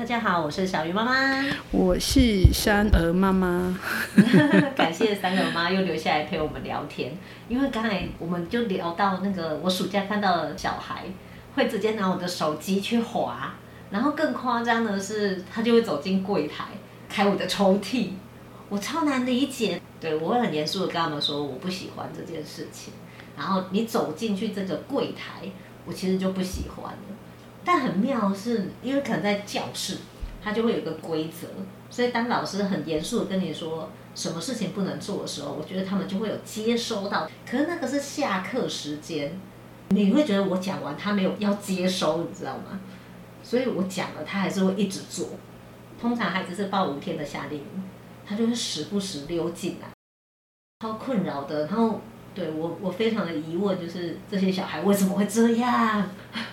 大家好，我是小鱼妈妈， 我是山鹅妈妈。 感谢三鹅妈又留下来陪我们聊天，因为刚才我们就聊到那个我暑假看到的小孩会直接拿我的手机去滑，然后更夸张的是他就会走进柜台开我的抽屉，我超难理解。对，我会很严肃的跟他们说我不喜欢这件事情，然后你走进去这个柜台我其实就不喜欢了。但很妙的是，因为可能在教室它就会有一个规则，所以当老师很严肃的跟你说什么事情不能做的时候，我觉得他们就会有接收到。可是那个是下课时间，你会觉得我讲完他没有要接收，你知道吗？所以我讲了他还是会一直做。通常孩子是报5天的夏令营，他就会时不时溜进来，超困扰的。然后对我非常的疑问，就是这些小孩为什么会这样？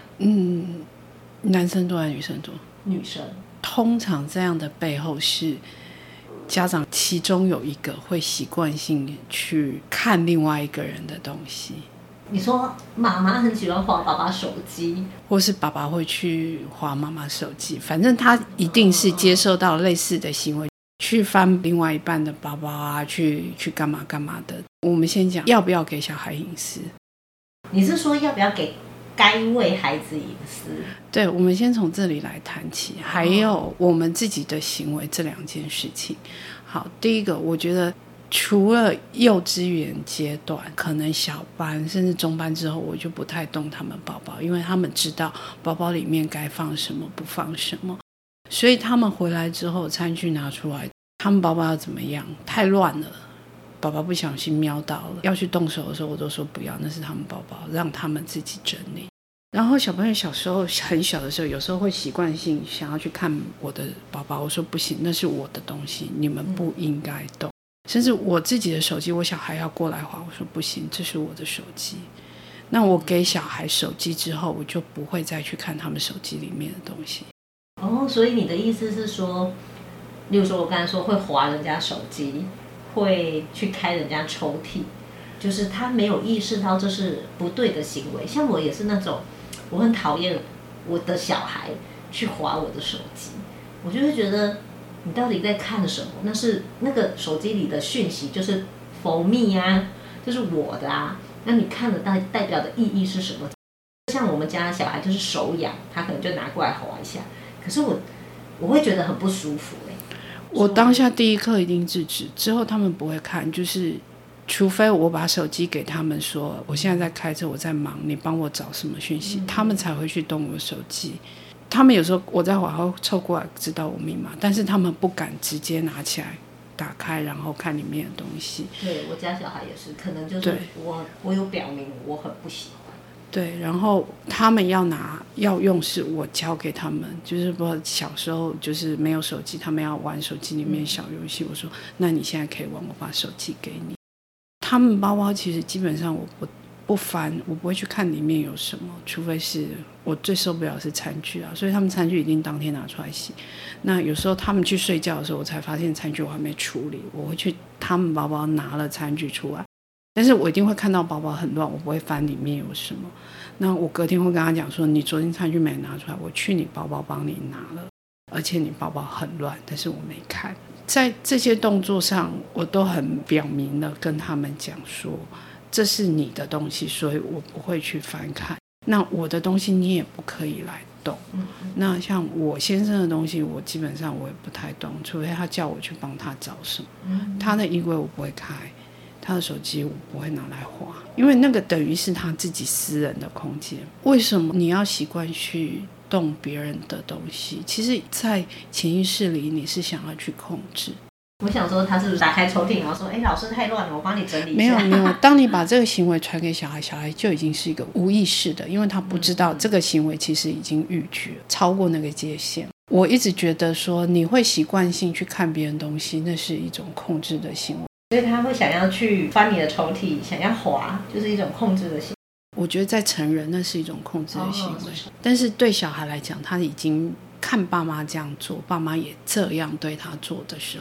男生多还是女生多？ 女生。 通常这样的背后是家长其中有一个会习惯性去看另外一个人的东西。 你说妈妈很喜欢滑爸爸手机， 或是爸爸会去滑妈妈手机，反正他一定是接受到类似的行为，去翻另外一半的包包啊，去干嘛干嘛的。我们先讲要不要给小孩隐私。 你是说要不要给该为孩子隐私？ 对，我们先从这里来谈起，还有我们自己的行为这2件事情。好，第一个，我觉得除了幼稚园阶段，可能小班甚至中班之后，我就不太动他们包包，因为他们知道包包里面该放什么不放什么，所以他们回来之后餐具拿出来，他们包包要怎么样，太乱了，宝宝不小心瞄到了，要去动手的时候我都说不要，那是他们包包，让他们自己整理。然后小朋友小时候很小的时候，有时候会习惯性想要去看我的包包，我说不行，那是我的东西，你们不应该动。甚至我自己的手机，我小孩要过来滑，我说不行，这是我的手机。那我给小孩手机之后，我就不会再去看他们手机里面的东西。 哦，所以你的意思是说，例如说我刚才说会滑人家手机，会去开人家抽屉，就是他没有意识到这是不对的行为。像我也是那种，我很讨厌我的小孩去滑我的手机，我就会觉得你到底在看什么？那是那个手机里的讯息，就是 for me 啊，就是我的啊。那你看的代表的意义是什么？像我们家的小孩就是手痒，他可能就拿过来滑一下，可是我会觉得很不舒服我当下第一刻一定制止，之后他们不会看，就是除非我把手机给他们说我现在在开车，我在忙，你帮我找什么讯息，他们才会去动我手机。他们有时候我在滑后凑过来知道我密码，但是他们不敢直接拿起来打开然后看里面的东西。 对，我家小孩也是，可能就是我有表明我很不喜欢。 对，然后他们要用是我教给他们，就是不小时候就是没有手机，他们要玩手机里面小游戏，我说那你现在可以玩，我把手机给你。他们包包其实基本上我不翻，我不会去看里面有什么，除非是我最受不了的是餐具啊，所以他们餐具一定当天拿出来洗。那有时候他们去睡觉的时候，我才发现餐具我还没处理，我会去他们包包拿了餐具出来，但是我一定会看到包包很乱，我不会翻里面有什么。那我隔天会跟他讲说，你昨天餐具没拿出来，我去你包包帮你拿了，而且你包包很乱，但是我没看。在这些动作上我都很表明了跟他们讲说，这是你的东西，所以我不会去翻看，那我的东西你也不可以来动。那像我先生的东西我基本上我也不太动，除非他叫我去帮他找什么。他的衣柜我不会开，他的手机我不会拿来滑，因为那个等于是他自己私人的空间。为什么你要习惯去动别人的东西？其实在潜意识里你是想要去控制。 我想说他是不是打开抽屉然后说老师太乱了，我帮你整理一下。 没有，当你把这个行为传给小孩，小孩就已经是一个无意识的，因为他不知道这个行为其实已经逾矩，超过那个界限。我一直觉得说你会习惯性去看别人东西，那是一种控制的行为。 所以他会想要去翻你的抽屉，想要滑，就是一种控制的行为。 我觉得在成人那是一种控制的行为，但是对小孩来讲，他已经看爸妈这样做，爸妈也这样对他做的时候，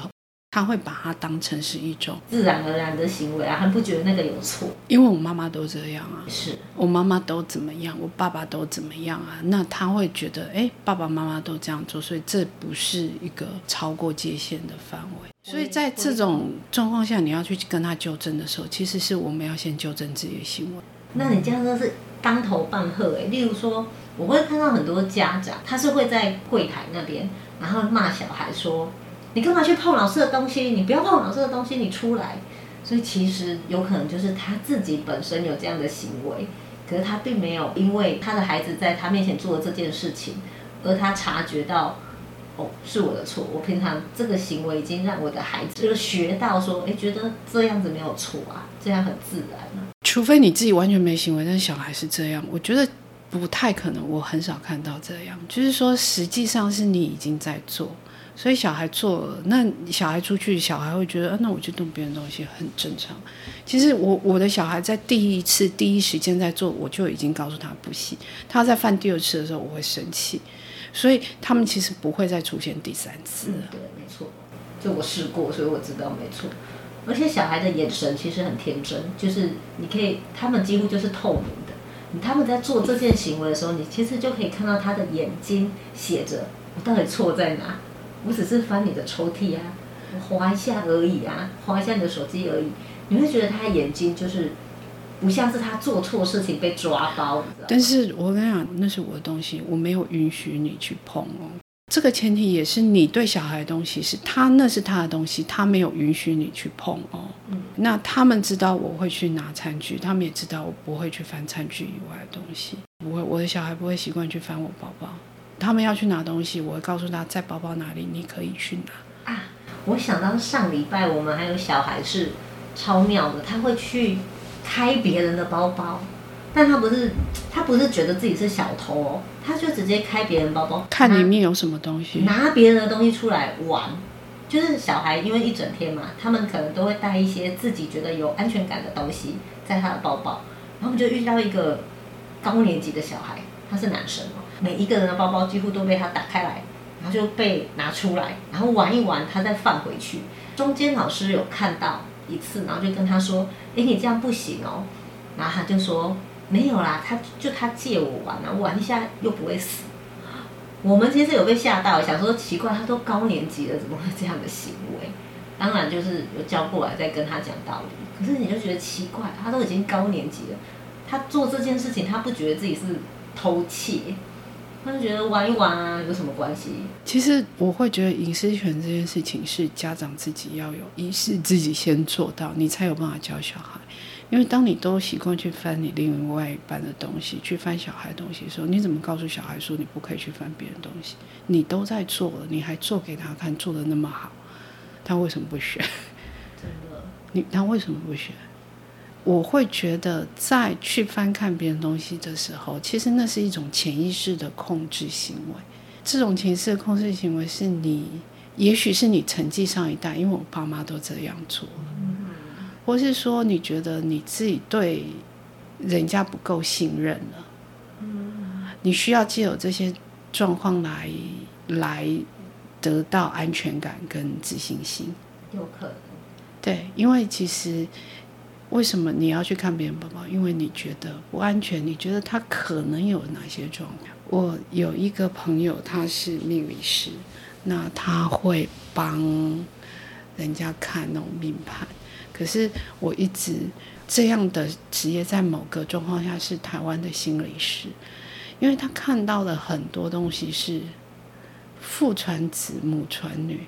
他会把它当成是一种自然而然的行为啊，他不觉得那个有错。 因为我妈妈都这样啊， 是我妈妈都怎么样，我爸爸都怎么样啊，那他会觉得爸爸妈妈都这样做，所以这不是一个超过界限的范围。所以在这种状况下，你要去跟他纠正的时候，其实是我们要先纠正自己的行为。 那你这样真的是当头棒喝例如说，我会看到很多家长，他是会在柜台那边，然后骂小孩说：“你干嘛去碰老师的东西？你不要碰老师的东西，你出来。”所以其实有可能就是他自己本身有这样的行为，可是他并没有因为他的孩子在他面前做了这件事情，而他察觉到是我的错。我平常这个行为已经让我的孩子就学到说，觉得这样子没有错啊，这样很自然啊。 除非你自己完全没行为，但是小孩是这样，我觉得不太可能，我很少看到这样。就是说，实际上是你已经在做。所以小孩做了，那小孩出去，小孩会觉得，那我去动别人东西很正常。其实我的小孩在第一时间在做，我就已经告诉他不行。他在犯第二次的时候，我会生气。所以他们其实不会再出现第三次了。 对，没错。就我试过，所以我知道没错。而且小孩的眼神其实很天真，就是你可以，他们几乎就是透明的。他们在做这件行为的时候，你其实就可以看到他的眼睛写着我到底错在哪。我只是翻你的抽屉啊，我滑一下而已啊，滑一下你的手机而已。你会觉得他的眼睛就是不像是他做错事情被抓包， 但是我跟你讲，那是我的东西，我没有允许你去碰哦。这个前提也是你对小孩的东西是他，那是他的东西，他没有允许你去碰哦。那他们知道我会去拿餐具，他们也知道我不会去翻餐具以外的东西，不会，我的小孩不会习惯去翻我包包。他们要去拿东西，我会告诉他在包包哪里，你可以去拿啊。我想到上礼拜我们还有小孩是超妙的，他会去开别人的包包，但他不是觉得自己是小偷哦，他就直接开别人包包， 看里面有什么东西， 拿别人的东西出来玩。就是小孩因为一整天嘛，他们可能都会带一些自己觉得有安全感的东西在他的包包，然后我们就遇到一个高年级的小孩，他是男生哦。每一个人的包包几乎都被他打开来，然后就被拿出来，然后玩一玩，他再放回去。中间老师有看到一次，然后就跟他说：“你这样不行哦。”然后他就说：“没有啦，他借我玩啊，玩一下又不会死。”我们其实有被吓到，想说奇怪，他都高年级了，怎么会这样的行为？当然就是有教过来再跟他讲道理。可是你就觉得奇怪，他都已经高年级了，他做这件事情，他不觉得自己是偷窃。他就觉得玩一玩啊，有什么关系？ 其实我会觉得隐私权这件事情是家长自己要有意识，自己先做到，你才有办法教小孩。因为当你都习惯去翻你另外一半的东西，去翻小孩的东西的时候，你怎么告诉小孩说你不可以去翻别人的东西？你都在做了，你还做给他看，做得那么好，他为什么不学？ 真的， 他为什么不学？我会觉得在去翻看别人东西的时候，其实那是一种潜意识的控制行为。这种潜意识的控制行为是你，也许是你承继上一代，因为我爸妈都这样做了，或是说你觉得你自己对人家不够信任了，你需要藉由这些状况来得到安全感跟自信心。 有可能。 对，因为其实为什么你要去看别人包包？因为你觉得不安全，你觉得他可能有哪些状况。我有一个朋友，他是命理师，那他会帮人家看那种命盘。可是我一直这样的职业在某个状况下是台湾的心理师，因为他看到了很多东西是父传子母传女。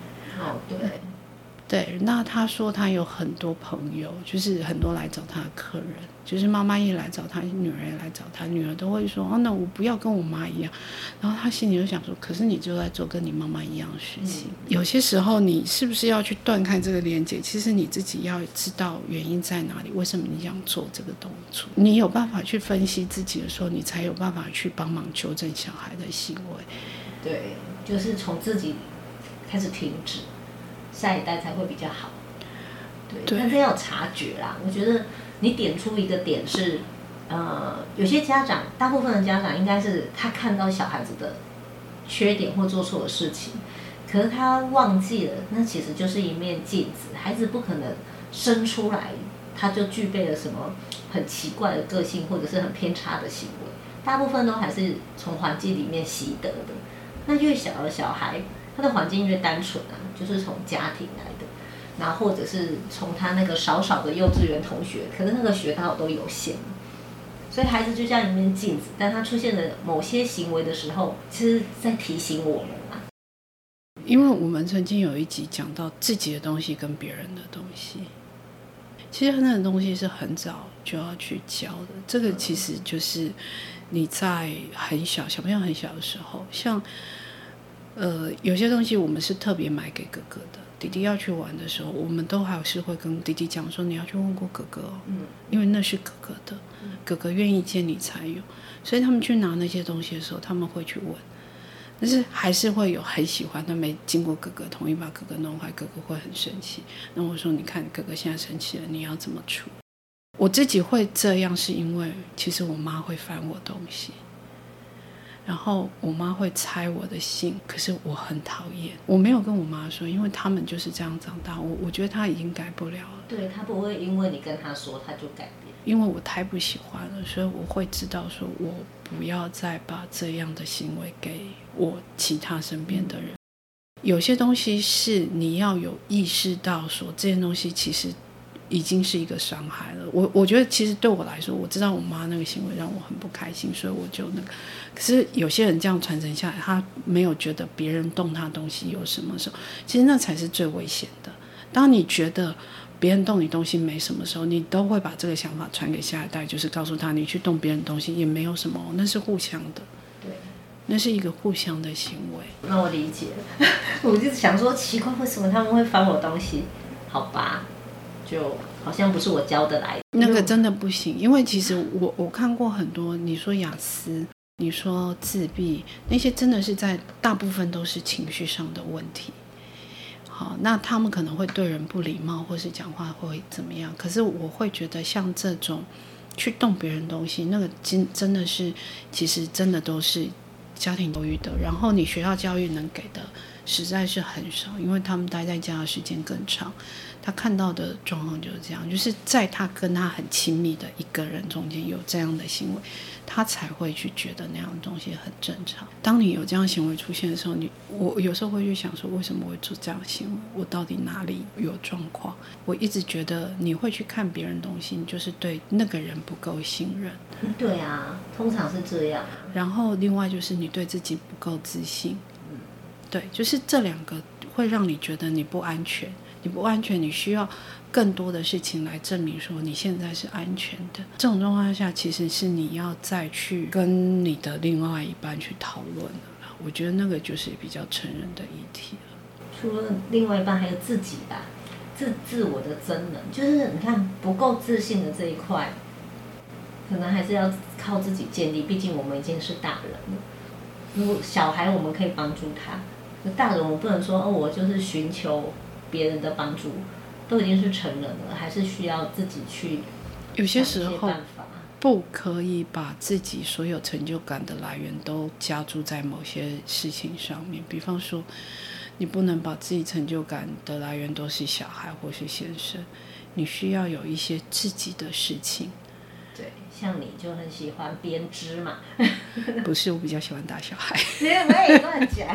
对，那他说他有很多朋友，就是很多来找他的客人，就是妈妈一来找他，女儿也来找他，女儿都会说那我不要跟我妈一样。然后他心里就想说，可是你就在做跟你妈妈一样的事情。有些时候你是不是要去断开这个连结？其实你自己要知道原因在哪里，为什么你想做这个动作。你有办法去分析自己的时候，你才有办法去帮忙纠正小孩的行为。 对，就是从自己开始停止，下一代才会比较好。对，但是要有察觉啦。我觉得你点出一个点是，有些家长，大部分的家长应该是他看到小孩子的缺点或做错的事情， 可是他忘记了，那其实就是一面镜子。孩子不可能生出来他就具备了什么很奇怪的个性或者是很偏差的行为，大部分都还是从环境里面习得的。那越小的小孩，他的环境越单纯啊，就是从家庭来的，然后或者是从他那个少少的幼稚园同学，可是那个学到都有限。所以孩子就像一面镜子，当他出现了某些行为的时候，其实在提醒我们啊。 因为我们曾经有一集讲到自己的东西跟别人的东西，其实那个东西是很早就要去教的。这个其实就是你在很小，小朋友很小的时候，像有些东西我们是特别买给哥哥的。弟弟要去玩的时候，我们都还是会跟弟弟讲说，你要去问过哥哥哦，因为那是哥哥的，哥哥愿意借你才有。所以他们去拿那些东西的时候，他们会去问，但是还是会有很喜欢，他没经过哥哥同意把哥哥弄坏，哥哥会很生气。那我说，你看哥哥现在生气了，你要怎么处？我自己会这样，是因为其实我妈会翻我东西。然后我妈会猜我的信，可是我很讨厌，我没有跟我妈说，因为他们就是这样长大，我觉得她已经改不了了。 对，她不会因为你跟她说她就改变， 因为我太不喜欢了，所以我会知道说我不要再把这样的行为给我其他身边的人。有些东西是你要有意识到说这件东西其实已经是一个伤害了。我觉得其实对我来说，我知道我妈那个行为让我很不开心，所以我就那个。可是有些人这样传承下来，他没有觉得别人动他东西有什么时候，其实那才是最危险的。当你觉得别人动你东西没什么时候，你都会把这个想法传给下一代，就是告诉他你去动别人东西也没有什么，那是互相的。 对， 那是一个互相的行为。 那我理解了。我就想说奇怪，为什么他们会翻我东西？好吧，就好像不是我教的来的。 那个真的不行，因为其实我看过很多，你说雅思，你说自闭，那些真的是在大部分都是情绪上的问题。好，那他们可能会对人不礼貌，或是讲话会怎么样？可是我会觉得像这种去动别人东西，那个真的是，其实真的都是家庭教育的，然后你学校教育能给的实在是很少，因为他们待在家的时间更长，他看到的状况就是这样，就是在他跟他很亲密的一个人中间有这样的行为，他才会去觉得那样的东西很正常。当你有这样的行为出现的时候，我有时候会去想说，为什么我会做这样的行为？我到底哪里有状况？我一直觉得你会去看别人东西，你就是对那个人不够信任。 对啊，通常是这样。 然后另外就是你对自己不够自信。对，就是这两个会让你觉得你不安全。你不安全，你需要更多的事情来证明说你现在是安全的。这种状况下，其实是你要再去跟你的另外一半去讨论的。我觉得那个就是比较成人的议题了。 除了另外一半，还有自己吧，自我的增能，就是你看不够自信的这一块，可能还是要靠自己建立。毕竟我们已经是大人了。如果小孩我们可以帮助他，大人我们不能说我就是寻求别人的帮助，都已经是成人了，还是需要自己去有些时候办法。 不可以把自己所有成就感的来源都加注在某些事情上面。比方说，你不能把自己成就感的来源都是小孩或是先生，你需要有一些自己的事情。 对，像你就很喜欢编织嘛。 不是，我比较喜欢打小孩。 你也乱讲。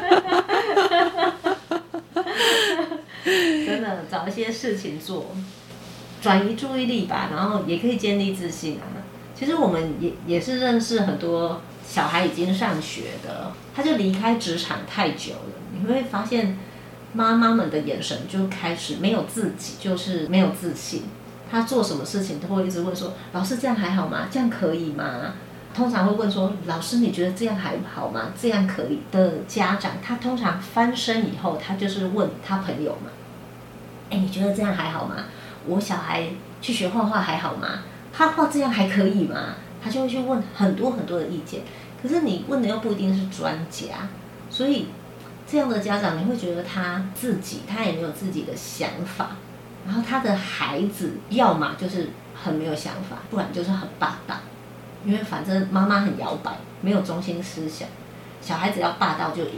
真的找一些事情做，转移注意力吧，然后也可以建立自信啊。其实我们也是认识很多小孩已经上学的，他就离开职场太久了，你会发现妈妈们的眼神就开始没有自己，就是没有自信。他做什么事情都会一直问说：“老师这样还好吗？这样可以吗？”通常会问说：“老师你觉得这样还好吗？这样可以？”的家长，他通常翻身以后，他就是问他朋友嘛：“哎，你觉得这样还好吗？我小孩去学画画还好吗？他画这样还可以吗？”他就会去问很多很多的意见。可是你问的又不一定是专家，所以这样的家长，你会觉得他自己他也没有自己的想法。然后他的孩子要么就是很没有想法，不然就是很霸道，因为反正妈妈很摇摆，没有中心思想，小孩子要霸道就赢了。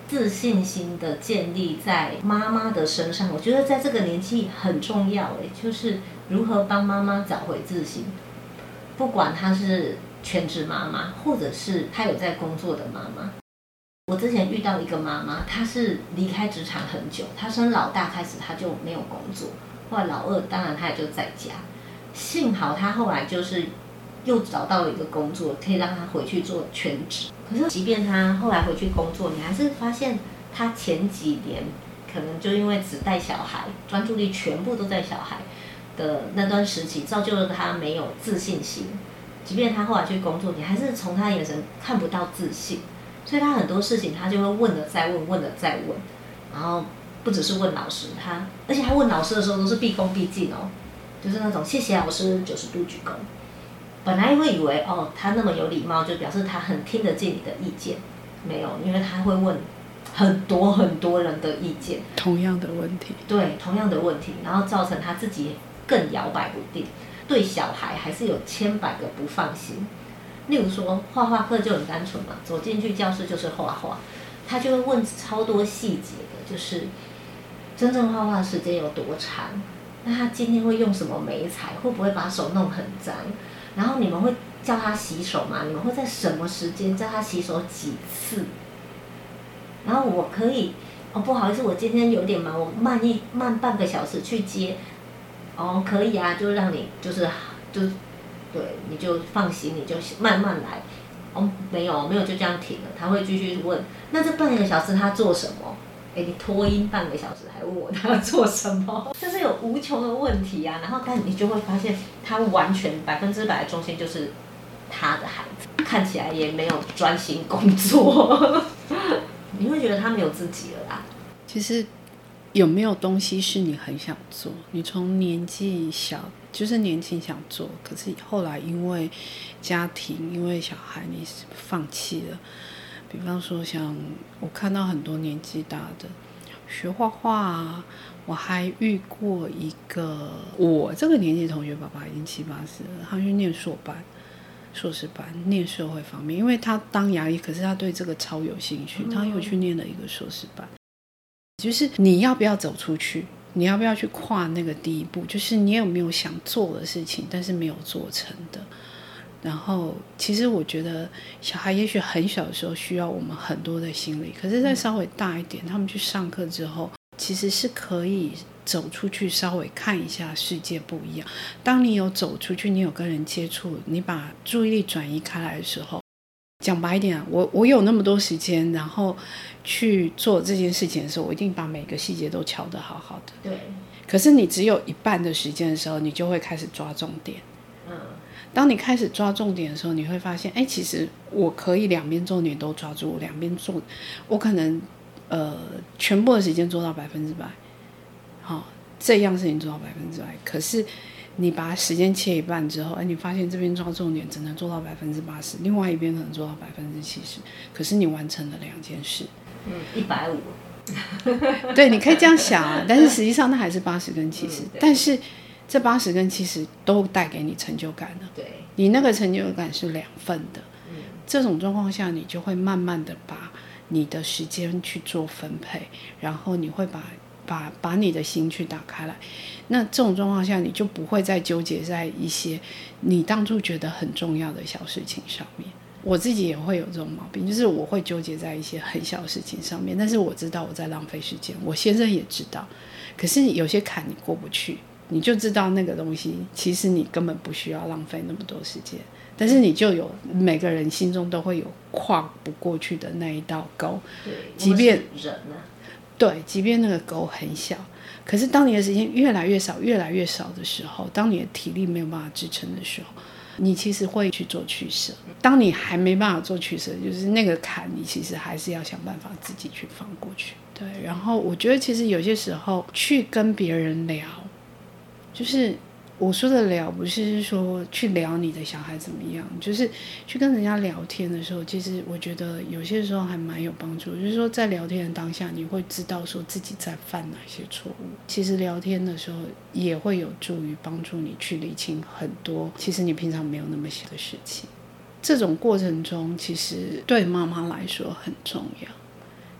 自信心的建立在妈妈的身上，我觉得在这个年纪很重要就是如何帮妈妈找回自信。不管她是全职妈妈，或者是她有在工作的妈妈。我之前遇到一个妈妈，她是离开职场很久，她生老大开始她就没有工作，后来老二当然她也就在家，幸好她后来就是又找到了一个工作，可以让她回去做全职。可是即便她后来回去工作，你还是发现她前几年可能就因为只带小孩，专注力全部都在小孩的那段时期，造就了她没有自信心。即便她后来去工作，你还是从她眼神看不到自信。所以他很多事情他就会问了再问，问了再问，然后不只是问老师，而且他问老师的时候都是毕恭毕敬就是那种谢谢老师90度鞠躬。本来会以为他那么有礼貌，就表示他很听得进你的意见，没有，因为他会问很多很多人的意见， 同样的问题， 对，同样的问题，然后造成他自己更摇摆不定，对小孩还是有千百个不放心。例如说画画课就很单纯嘛，走进去教室就是画画，他就会问超多细节的，就是真正画画的时间有多长，那他今天会用什么媒材，会不会把手弄很脏，然后你们会叫他洗手吗？你们会在什么时间叫他洗手几次？然后我可以不好意思，我今天有点忙，我慢半个小时去接，可以啊，就让你就对，你就放心，你就慢慢来。没有就这样停了，他会继续问。那这半个小时他做什么？你拖音半个小时还问我他要做什么？就是有无穷的问题啊。然后但你就会发现，他完全100%的重心就是他的孩子，看起来也没有专心工作。你会觉得他没有自己了啦。 其实有没有东西是你很想做，你从年纪小就是年轻想做，可是后来因为家庭因为小孩你放弃了。比方说像我看到很多年纪大的学画画我还遇过一个我这个年纪同学，爸爸已经70、80了，他去念硕士班念社会方面，因为他当牙医，可是他对这个超有兴趣，他又去念了一个硕士班。就是你要不要走出去，你要不要去跨那个第一步，就是你有没有想做的事情但是没有做成的。然后其实我觉得小孩也许很小的时候需要我们很多的心力，可是再稍微大一点，他们去上课之后其实是可以走出去稍微看一下世界不一样。当你有走出去，你有跟人接触，你把注意力转移开来的时候，讲白一点我有那么多时间然后去做这件事情的时候，我一定把每个细节都敲得好好的。 对。 可是你只有一半的时间的时候，你就会开始抓重点。当你开始抓重点的时候，你会发现其实我可以两边重点都抓住，两边做，我可能全部的时间做到100%，这样事情做到100%。可是你把时间切一半之后，你发现这边抓重点只能做到80%，另外一边可能做到70%，可是你完成了2件事。 150。 对，你可以这样想但是实际上那还是80跟70，但是这80跟70都带给你成就感了。 对， 你那个成就感是2份的。这种状况下，你就会慢慢的把你的时间去做分配，然后你会把你的心去打开来。那这种状况下，你就不会再纠结在一些你当初觉得很重要的小事情上面。我自己也会有这种毛病，就是我会纠结在一些很小的事情上面，但是我知道我在浪费时间，我先生也知道，可是有些坎你过不去，你就知道那个东西其实你根本不需要浪费那么多时间，但是你就有每个人心中都会有跨不过去的那一道沟。 对， 即便人啊， 对，即便那个沟很小，可是当你的时间越来越少越来越少的时候，当你的体力没有办法支撑的时候，你其实会去做取舍。当你还没办法做取舍，就是那个坎你其实还是要想办法自己去放过去。对，然后我觉得其实有些时候去跟别人聊，就是我说的聊不是说去聊你的小孩怎么样，就是去跟人家聊天的时候，其实我觉得有些时候还蛮有帮助。就是说在聊天的当下，你会知道说自己在犯哪些错误。其实聊天的时候也会有助于帮助你去理清很多其实你平常没有那么想的事情。这种过程中其实对妈妈来说很重要，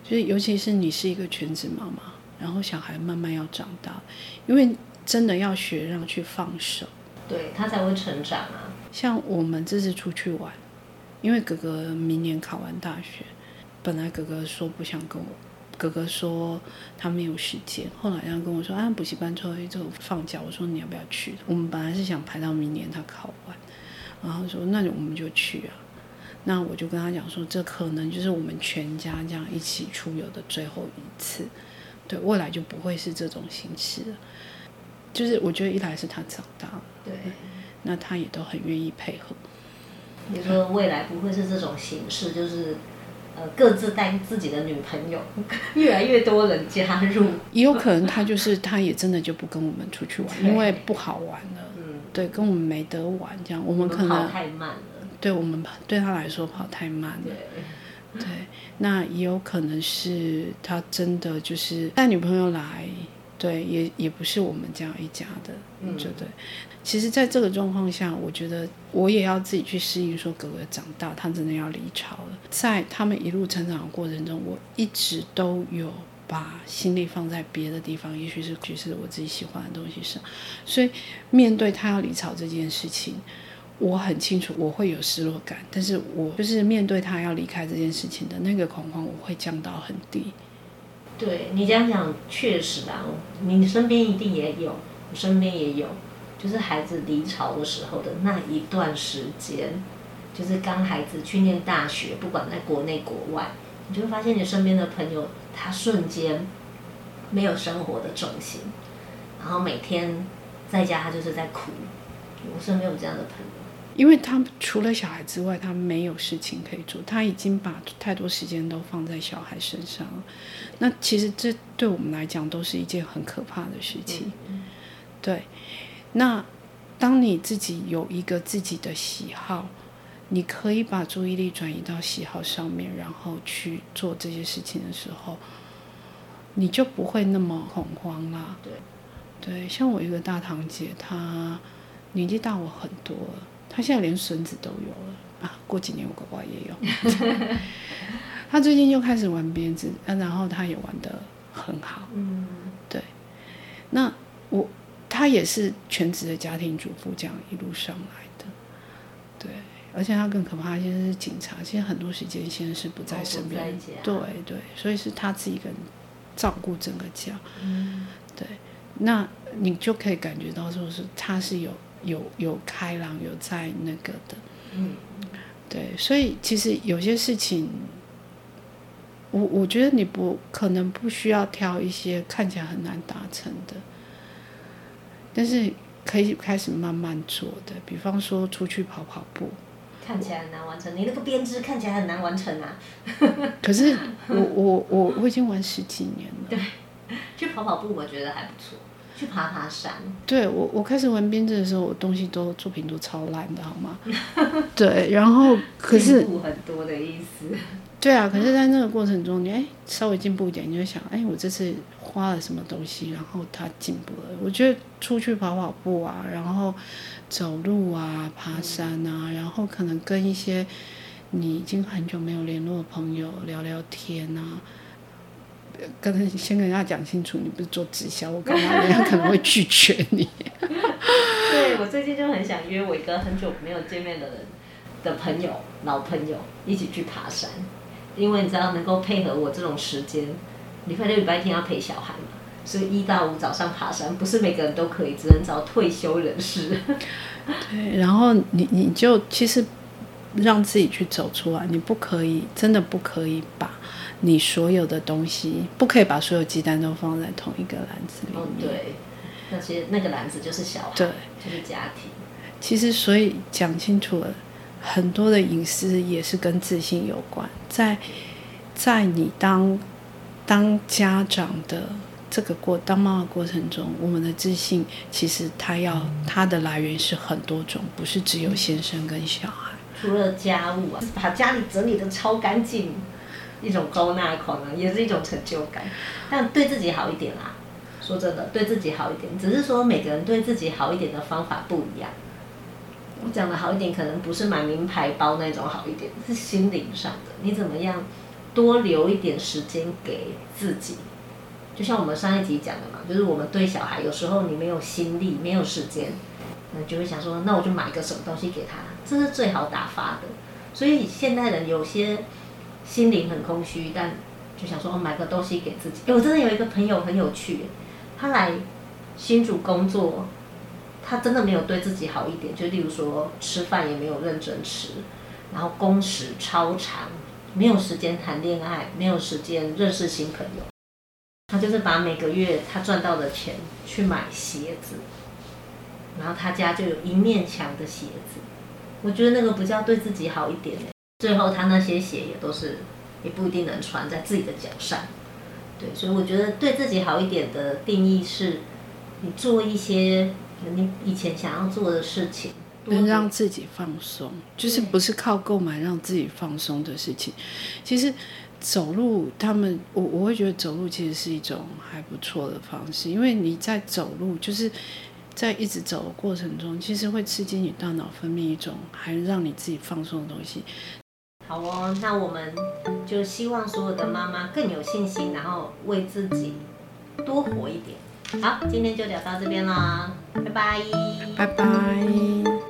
就是尤其是你是一个全职妈妈，然后小孩慢慢要长大，因为真的要学让去放手， 对他才会成长啊。 像我们这次出去玩，因为哥哥明年考完大学，本来哥哥说不想跟我，哥哥说他没有时间，后来他跟我说啊，补习班最后一周放假，我说你要不要去？我们本来是想排到明年他考完，然后说那我们就去啊。那我就跟他讲说，这可能就是我们全家这样一起出游的最后一次，对，未来就不会是这种形式了。就是我觉得一来是他长大了， 对， 那他也都很愿意配合。 你说未来不会是这种形式，就是各自带自己的女朋友，越来越多人加入。 也有可能他也真的就不跟我们出去玩，因为不好玩了。对，跟我们没得玩，这样我们可能跑太慢了。 对我们对他来说跑太慢了。对，那也有可能是他真的就是带女朋友来。对，也不是我们这样一家的，对。其实在这个状况下，我觉得我也要自己去适应，说哥哥长大，他真的要离巢了。在他们一路成长的过程中，我一直都有把心力放在别的地方，也许是我自己喜欢的东西上。所以面对他要离巢这件事情，我很清楚我会有失落感，但是我就是面对他要离开这件事情的那个恐慌，我会降到很低。 对，你这样讲确实啊，你身边一定也有，我身边也有，就是孩子离巢的时候的那一段时间，就是刚孩子去念大学，不管在国内国外，你就会发现你身边的朋友，他瞬间没有生活的重心，然后每天在家他就是在哭。我身边有这样的朋友。 因为他除了小孩之外，他没有事情可以做，他已经把太多时间都放在小孩身上了。那其实这对我们来讲都是一件很可怕的事情。对，那当你自己有一个自己的喜好，你可以把注意力转移到喜好上面，然后去做这些事情的时候，你就不会那么恐慌啦。对，像我一个大堂姐，她年纪大我很多了。他现在连孙子都有了啊！过几年我搞不好也有。他最近就开始玩鞭子，然后他也玩得很好。对。那他也是全职的家庭主妇，这样一路上来的。对，而且他更可怕，现在是警察，现在很多时间现在是不在身边。对，所以是他自己一个人照顾整个家。对，那你就可以感觉到说是他是有开朗，有在那个的。对，所以其实有些事情，我觉得你可能不需要挑一些看起来很难达成的，但是可以开始慢慢做的，比方说出去跑跑步。 看起来很难完成，你那个编织看起来很难完成啊。 可是我已经玩10几年了。 对，去跑跑步我觉得还不错。去爬山。对， 我开始玩编织的时候，我东西作品都超烂的，好吗？对，然后可是进步很多的意思。 对啊，可是在那个过程中，你稍微进步一点，你就想，我这次花了什么东西，然后它进步了。我觉得出去跑跑步啊，然后走路啊，爬山啊，然后可能跟一些你已经很久没有联络的朋友聊聊天啊。先跟人家讲清楚，你不是做直销，我干嘛？人家可能会拒绝你。 对，我最近就很想约我一个很久没有见面的人的朋友，老朋友一起去爬山，因为你知道能够配合我这种时间，礼拜六、礼拜天要陪小孩嘛，所以1到5早上爬山，不是每个人都可以，只能找退休人士。 对，然后你就其实让自己去走出来，你不可以，真的不可以把你所有的东西，不可以把所有鸡蛋都放在同一个篮子里面。 对，那个篮子就是小孩， 对， 就是家庭。 其实所以讲清楚了，很多的隐私也是跟自信有关。在你当家长的这个当妈妈过程中，我们的自信其实它的来源是很多种，不是只有先生跟小孩。 除了家务啊，把家里整理得超干净，一种收纳狂呢，也是一种成就感。但对自己好一点啦，说真的，对自己好一点，只是说每个人对自己好一点的方法不一样。我讲的好一点，可能不是买名牌包那种好一点，是心灵上的。你怎么样多留一点时间给自己。就像我们上一集讲的嘛，就是我们对小孩有时候你没有心力，没有时间，就会想说，那我就买个什么东西给他，这是最好打发的。所以现代人有些心灵很空虚，但就想说买个东西给自己。我真的有一个朋友很有趣，他来新竹工作，他真的没有对自己好一点，就例如说吃饭也没有认真吃，然后工时超长，没有时间谈恋爱，没有时间认识新朋友。他就是把每个月他赚到的钱去买鞋子，然后他家就有一面墙的鞋子。我觉得那个不叫对自己好一点呢。最后他那些鞋也不一定能穿在自己的脚上。对，所以我觉得对自己好一点的定义是，你做一些你以前想要做的事情， 能让自己放松，就是不是靠购买让自己放松的事情。其实走路，我会觉得走路其实是一种还不错的方式，因为你在走路，就是在一直走的过程中，其实会刺激你大脑分泌一种还让你自己放松的东西。 好哦，那我们就希望所有的妈妈更有信心，然后为自己多活一点。好，今天就聊到这边啦，拜拜， 拜拜。